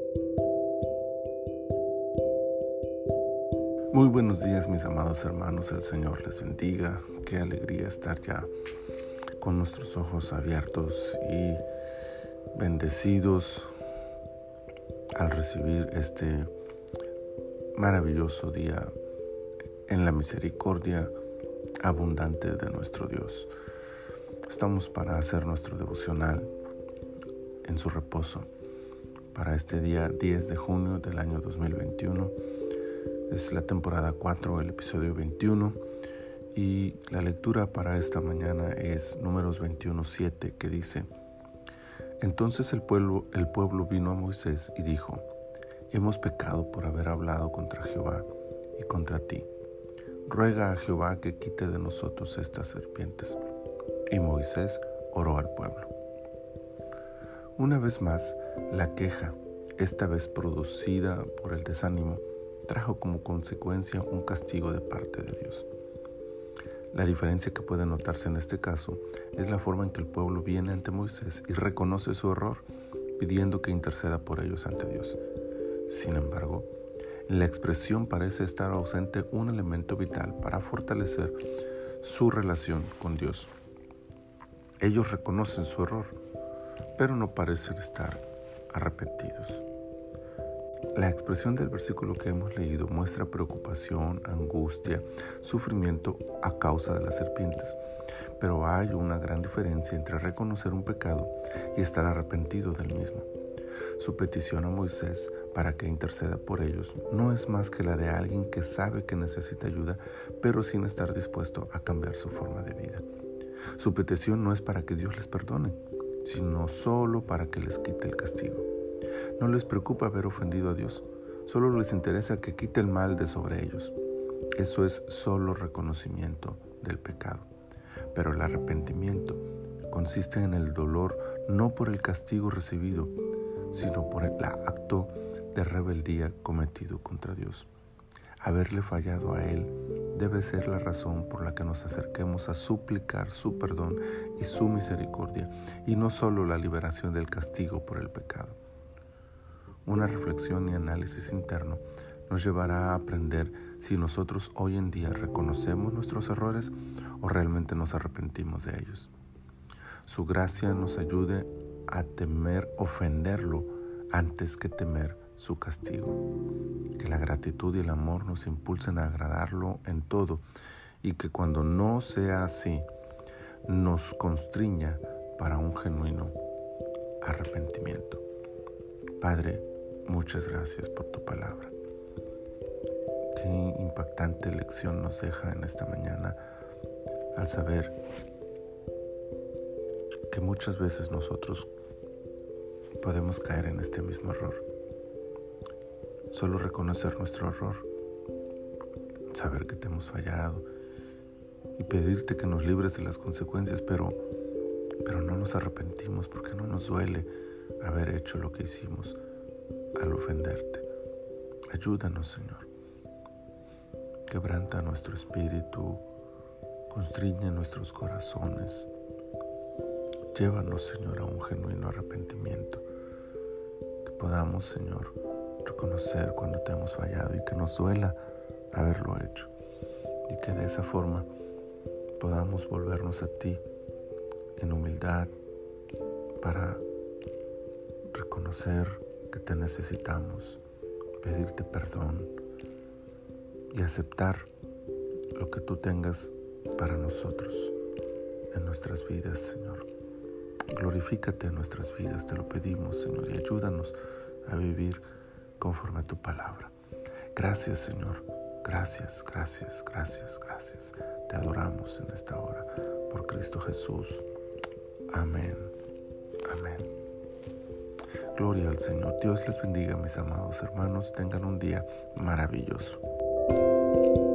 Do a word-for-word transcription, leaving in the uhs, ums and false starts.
Muy buenos días, mis amados hermanos, el Señor les bendiga. Qué alegría estar ya con nuestros ojos abiertos y bendecidos al recibir este maravilloso día en la misericordia abundante de nuestro Dios. Estamos para hacer nuestro devocional en su reposo para este día diez de junio del año dos mil veintiuno. Es la temporada cuatro, el episodio veintiuno, y la lectura para esta mañana es Números veintiuno siete, que dice: Entonces el pueblo, el pueblo vino a Moisés y dijo: Hemos pecado por haber hablado contra Jehová y contra ti. Ruega a Jehová que quite de nosotros estas serpientes. Y Moisés oró al pueblo. Una vez más, la queja, esta vez producida por el desánimo, trajo como consecuencia un castigo de parte de Dios. La diferencia que puede notarse en este caso es la forma en que el pueblo viene ante Moisés y reconoce su error, pidiendo que interceda por ellos ante Dios. Sin embargo, en la expresión parece estar ausente un elemento vital para fortalecer su relación con Dios. Ellos reconocen su error, pero no parecen estar arrepentidos. La expresión del versículo que hemos leído muestra preocupación, angustia, sufrimiento a causa de las serpientes. Pero hay una gran diferencia entre reconocer un pecado y estar arrepentido del mismo. Su petición a Moisés para que interceda por ellos no es más que la de alguien que sabe que necesita ayuda, pero sin estar dispuesto a cambiar su forma de vida. Su petición no es para que Dios les perdone, sino solo para que les quite el castigo. No les preocupa haber ofendido a Dios, solo les interesa que quite el mal de sobre ellos. Eso es solo reconocimiento del pecado. Pero el arrepentimiento consiste en el dolor no por el castigo recibido, sino por el acto de rebeldía cometido contra Dios. Haberle fallado a Él debe ser la razón por la que nos acerquemos a suplicar su perdón y su misericordia, y no solo la liberación del castigo por el pecado. Una reflexión y análisis interno nos llevará a aprender si nosotros hoy en día reconocemos nuestros errores o realmente nos arrepentimos de ellos. Su gracia nos ayude a temer ofenderlo antes que temer su castigo. Que la gratitud y el amor nos impulsen a agradarlo en todo, y que cuando no sea así, nos constriña para un genuino arrepentimiento. Padre, muchas gracias por tu palabra. Qué impactante lección nos deja en esta mañana al saber que muchas veces nosotros podemos caer en este mismo error. Solo reconocer nuestro error, saber que te hemos fallado y pedirte que nos libres de las consecuencias, pero, pero no nos arrepentimos porque no nos duele haber hecho lo que hicimos al ofenderte. Ayúdanos, Señor. Quebranta nuestro espíritu, constriñe nuestros corazones. Llévanos, Señor, a un genuino arrepentimiento. Que podamos, Señor, reconocer cuando te hemos fallado y que nos duela haberlo hecho. Y que de esa forma podamos volvernos a ti en humildad para reconocer que te necesitamos, pedirte perdón y aceptar lo que tú tengas para nosotros en nuestras vidas, Señor. Glorifícate en nuestras vidas, te lo pedimos, Señor, y ayúdanos a vivir conforme a tu palabra. Gracias, Señor. Gracias, gracias, gracias, gracias. Te adoramos en esta hora. Por Cristo Jesús. Amén. Amén. Gloria al Señor. Dios les bendiga, mis amados hermanos. Tengan un día maravilloso.